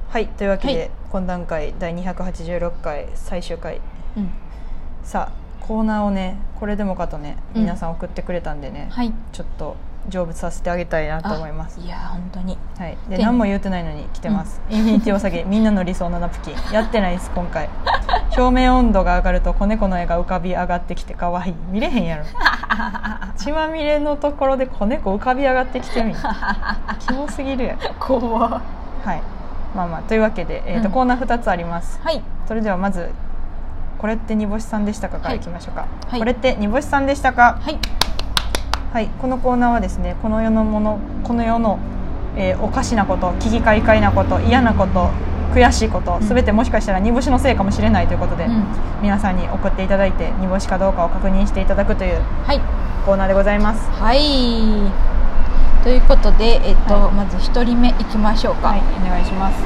はい、というわけで、懇談会第286回最終回、さあコーナーをねこれでもかとね皆さん送ってくれたんでね、ちょっと成仏させてあげたいなと思います。 いや本当に、 で何も言うてないのに来てます、インフィニティお下げみんなの理想のナプキンやってないです今回。表面温度が上がると子猫の絵が浮かび上がってきて可愛い、見れへんやろ。血まみれのところで子猫浮かび上がってきてみキモすぎるやろ。 怖っ。 はい、まあまあというわけで、コーナー2つあります。それではまずこれって煮干しさんでしたかからいきましょうか。これって煮干しさんでしたか。はい、このコーナーはですね、この世のもの、この世の、おかしなこと、危機快快なこと、嫌なこと、悔しいこと、すべてもしかしたら煮干しのせいかもしれないということで、皆さんに送っていただいて煮干しかどうかを確認していただくというコーナーでございます。 ということで、まず1人目いきましょうか。 お願いします。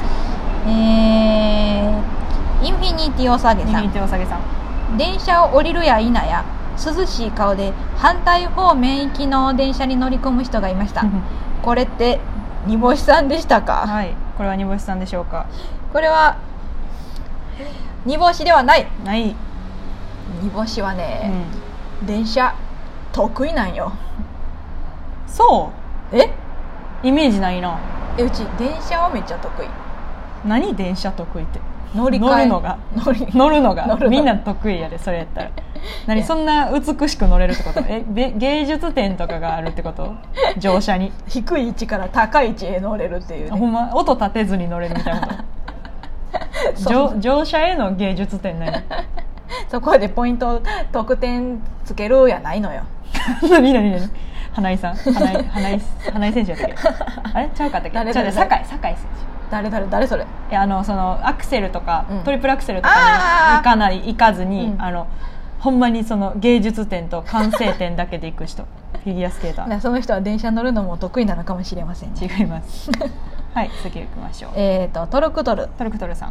インフィニティおさげさん。電車を降りるや否や涼しい顔で反対方面行きの電車に乗り込む人がいました。これって煮干しさんでしたか。 これは煮干しさんでしょうか。 これは煮干しではない。煮干しはね、電車得意なんよ。 そう、イメージないな。 うち電車はめっちゃ得意。 何電車得意って。 乗るのがみんな得意やで。それやったら何そんな美しく乗れるってこと。芸術点とかがあるってこと。乗車に低い位置から高い位置へ乗れるっていう、ね、 ほんま音立てずに乗れるみたいなこと乗車への芸術点何。 そこでポイント得点つけるやないのよ。 何花井さん花井選手やったっけ。あれちゃうかったっけ。酒井選手。誰それ。そのアクセルとか、トリプルアクセルとかに行かずに、ほんまにその芸術点と完成点だけで行く人。フィギュアスケーター。 その人は電車乗るのも得意なのかもしれませんね。 違います。はい、次行きましょう。 トルクトルさん。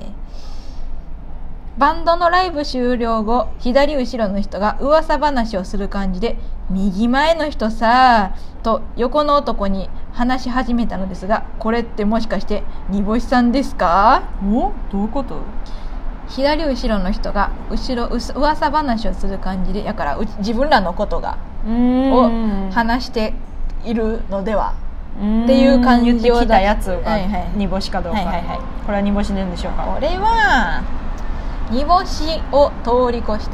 バンドのライブ終了後、左後ろの人が噂話をする感じで、右前の人さーと横の男に話し始めたのですが、これってもしかして煮干しさんですか。 どういうこと。 左後ろの人が噂話をする感じで、だから自分らのことを話しているのではっていう感じを言ってきたやつが煮干しかどうか。これは煮干しなんでしょうか。 これは煮干しを通り越して、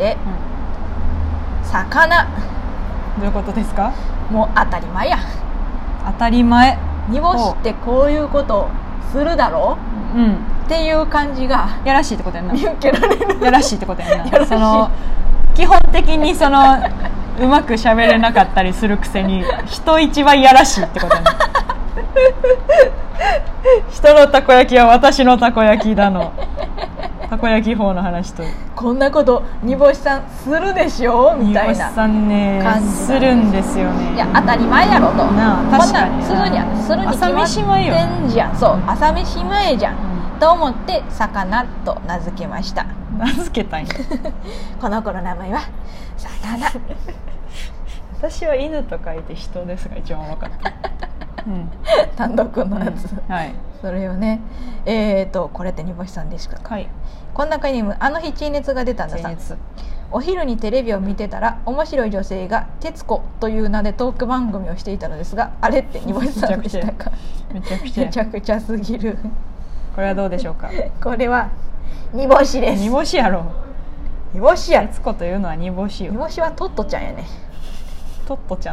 魚。 どういうことですか。 もう当たり前や。 当たり前。 煮干しってこういうことするだろう、っていう感じがやらしいってことやんな。 見受けられる。 やらしいってことやんな。その基本的にそのうまく喋れなかったりするくせに人一倍やらしいってことやな。人のたこ焼きは私のたこ焼きだのたこ焼き法の話と、 こんなこと煮干しさんするでしょみたいな。 煮干しさんねするんですよね。 いや当たり前やろと。 確かにするに決まってんじゃん。そう、朝飯前じゃん、と思って魚と名付けました。 名付けたんや。 この子の名前は魚。 私は犬と書いて人ですが一番分かった。 単独のやつ、それをね、これって煮干しさんでしたか。こんな会にもあの日陳熱が出たんださん。お昼にテレビを見てたら面白い女性が徹子という名でトーク番組をしていたのですが、あれって煮干しさんでしたか。 めちゃくちゃすぎる。 これはどうでしょうか。 これは煮干しです。 煮干しやろ。 煮干しや。 徹子というのは煮干しよ。 煮干しはトットちゃんやね。 トットちゃん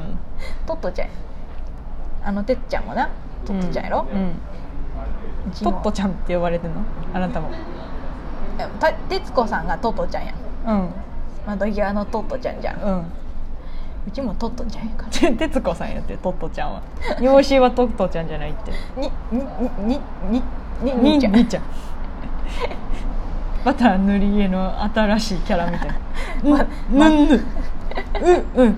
てっちゃんもなトットちゃんやろ。 トットちゃんって呼ばれてんのあなたも。 徹子さんがトットちゃんやん。窓際のトットちゃんじゃん。うちもトットちゃんやから。 徹子さんやってトットちゃんは。煮干しはトットちゃんじゃないって。にちゃん。バター塗り絵の新しいキャラみたいな。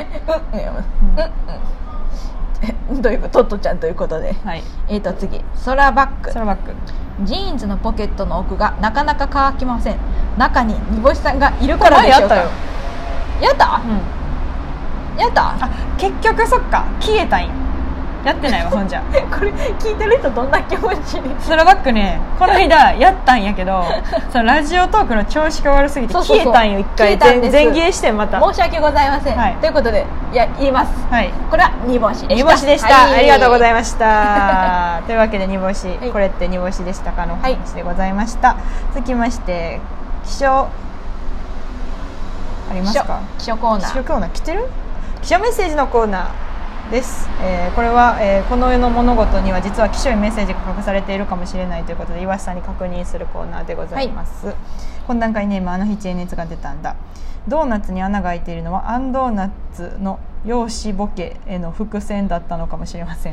というトットちゃんということで、次空バッグ。ジーンズのポケットの奥がなかなか乾きません。中に煮干しさんがいるからでしょうか。やった？やった？ 結局そっか消えたんや。 やってないわほんじゃこれ聞いてる人どんな気持ちに。 スロバックねこの間やったんやけどそのラジオトークの調子が悪すぎて消えたんよ。一回全消えしてまた申し訳ございません、はい、ということで言います、はい、これは煮干しでした。 煮干しでした、はい、ありがとうございましたというわけで煮干し、はい、これって煮干しでしたかの話でございました、はい、続きまして気象ありますか。 気象コーナー。 気象コーナー来てる。気象メッセージのコーナーです、これは、この世の物事には実は気象いメッセージが隠されているかもしれないということで岩下さんに確認するコーナーでございます、はい、懇談会ネームあの日知恵熱が出たんだ。ドーナツに穴が開いているのはアンドーナツの容姿ボケへの伏線だったのかもしれません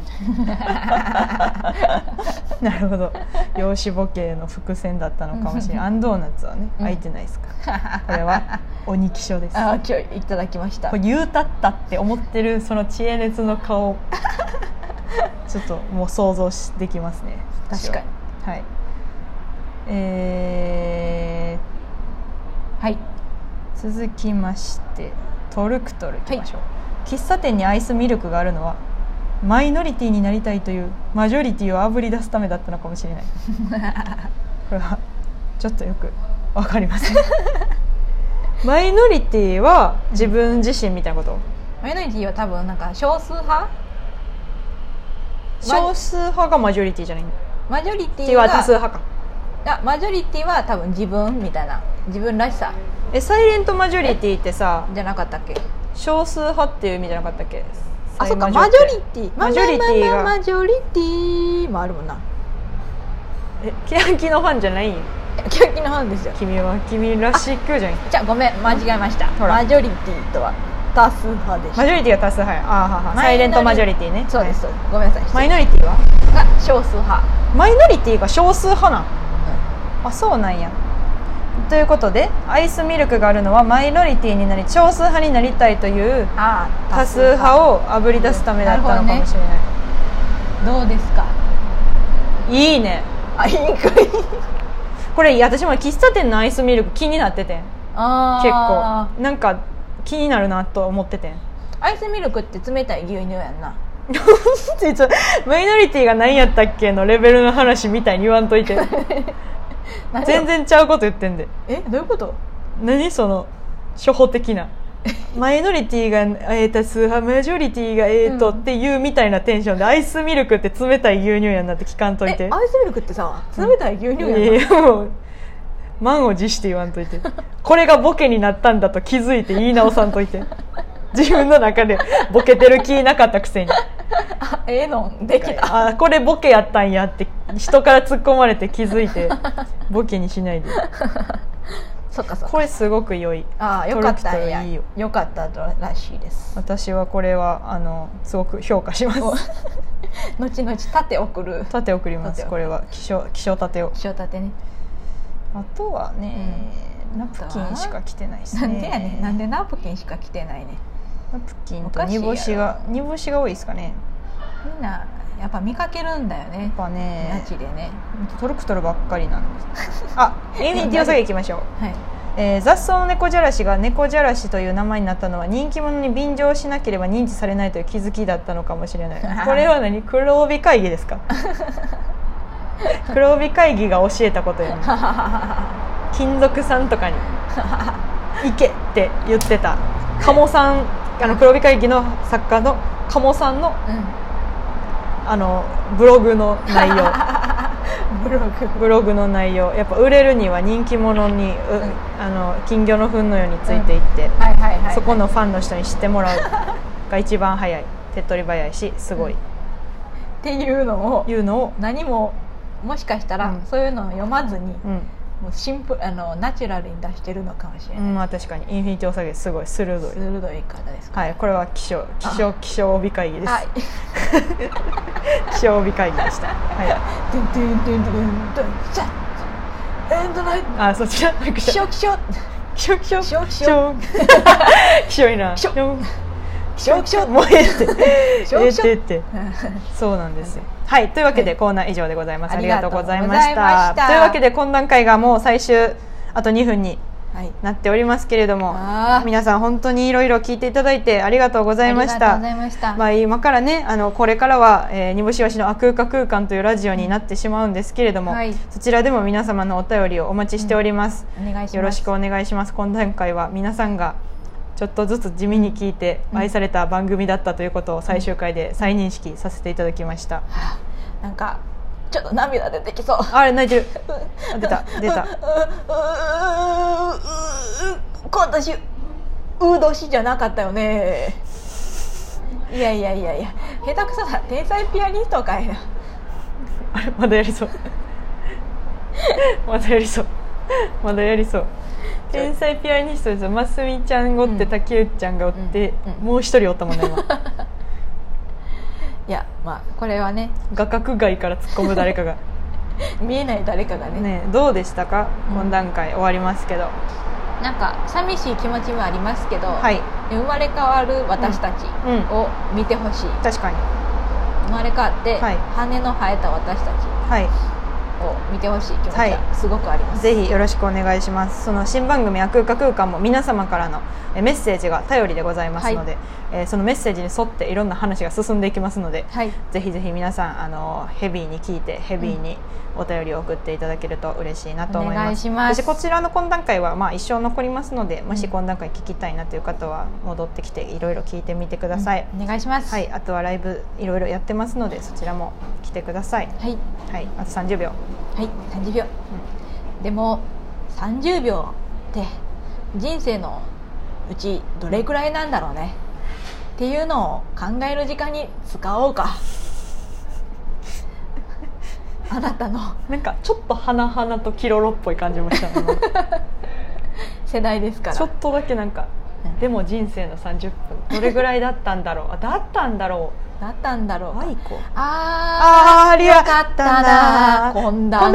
なるほど、容姿ボケへの伏線だったのかもしれないアンドーナツはね開いてないですかこれは鬼気象です。 あ、今日いただきました。 これ言うたったって思ってるその知恵熱の顔ちょっともう想像できますね。 確かに。 はい、 はい、 続きましてトルクトルいきましょう、はい、喫茶店にアイスミルクがあるのはマイノリティになりたいというマジョリティをあぶり出すためだったのかもしれないこれはちょっとよく分かりませんマイノリティは自分自身みたいなこと。 マイノリティは多分なんか少数派。 少数派がマジョリティじゃない。 マジョリティは多数派か。 いやマジョリティは多分自分みたいな自分らしさ。 サイレントマジョリティってさじゃなかったっけ。 少数派っていう意味じゃなかったっけ。 あ、そっかマジョリティマジョリティがマジョリティもあるもんな。 欅のファンじゃないん。 欅のファンですよ。 君は君らしくじゃん。 じゃあごめん間違えました。マジョリティとは多数派でした。 マジョリティは多数派や。あははサイレントマジョリティね。 そうです、はい、ごめんなさい。 マイノリティはが少数派。 マイノリティが少数派なん、あ、そうなんや。ということでアイスミルクがあるのはマイノリティになり少数派になりたいという多数派をあぶり出すためだったのかもしれない、 どうですか。 いいね。 あ、いいかいこれ私も喫茶店のアイスミルク気になっててん。結構なんか気になるなと思っててん。 アイスミルクって冷たい牛乳やんなマイノリティが何やったっけのレベルの話みたいに言わんといて全然ちゃうこと言ってんで。 どういうこと。 何その初歩的なマイノリティが多数派マジョリティがっていうみたいなテンションでアイスミルクって冷たい牛乳やんなって聞かんといて。 アイスミルクってさ冷たい牛乳やんな、いやもう満を持して言わんといてこれがボケになったんだと気づいて言い直さんといて自分の中でボケてる気なかったくせにのできた。 あ、これボケやったんやって人から突っ込まれて気づいてボケにしないでそっかそっか。 これすごく良い。 あ、よかったんや。いいよ。よかったらしいです。 私はこれはすごく評価します後 々盾送ります。これは気象盾を。 気象盾ね。 あとはね、ナプキンしか着てないですね。 なんでやねん。なんでナプキンしか着てないね。 ナプキンと煮干しが多いですかね。 みんなやっぱ見かけるんだよね。 やっぱね、 ナチでね。 トルクトルばっかりなんです。あ、インフィニティお下げいきましょう。 はい。 雑草の猫じゃらしが猫じゃらしという名前になったのは人気者に便乗しなければ認知されないという気づきだったのかもしれない。これは何？黒帯会議ですか？黒帯会議が教えたことやね。金属さんとかに行けって言ってた鴨さん、黒帯会議の作家の鴨さんの、ブログの内容ブログの内容、やっぱ売れるには人気者に、金魚の糞のようについていって、そこのファンの人に知ってもらうが一番早い、手っ取り早いしすごい、 っていうのを何ももしかしたら、そういうのを読まずに、もうシンプルナチュラルに出してるのかもしれない。 確かにインフィニティお下げすごい鋭い方ですか、 はい、これは気象帯会議です。気象帯会議でした。あ、そちら気象いなもうってそうなんですよ。はい、というわけでコーナー以上でございます。ありがとうございました。というわけで懇談会がもう最終あと2分になっておりますけれども、皆さん本当にいろいろ聞いていただいてありがとうございました。まあ今からねこれからは煮干しわしのあ空間空間というラジオになってしまうんですけれども、そちらでも皆様のお便りをお待ちしております。よろしくお願いします。今段階は皆さんがちょっとずつ地味に聞いて愛された番組だったということを最終回で再認識させていただきました。 なんかちょっと涙出てきそう。 あれ泣いてる。出た。 今年年じゃなかったよね。いや下手くそだ。天才ピアニストかいな。 あれまだやりそう。まだやりそう。天才ピアニストですよ。ますみちゃんがおって竹内ちゃんがおって、もう一人おったもんね今。 いやまあこれはね画角外から突っ込む誰かが見えない誰かがね。 どうでしたか、今段階終わりますけど。 なんか寂しい気持ちもありますけど、生まれ変わる私たちを見てほしい。 確かに生まれ変わって、羽の生えた私たちを見てほしい気持ちがすごくあります。 ぜひよろしくお願いします。その新番組あ空間空間も皆様からのメッセージが頼りでございますので、そのメッセージに沿っていろんな話が進んでいきますので、ぜひぜひ皆さんヘビーに聞いてヘビーにお便りを送っていただけると嬉しいなと思います。お願いします。こちらの懇談会は一生残りますので、もし懇談会聞きたいなという方は戻ってきていろいろ聞いてみてください。 お願いします。 あとはライブいろいろやってますので、そちらも来てください。あと30秒。 30秒、でも30秒って人生のうちどれくらいなんだろうねっていうのを考える時間に使おうか。あなたのなんかちょっと花々とキロロっぽい感じもしたの世代ですから。 ちょっとだけなんか、でも人生の30分どれぐらいだったんだろうだったんだろうありがたなこんな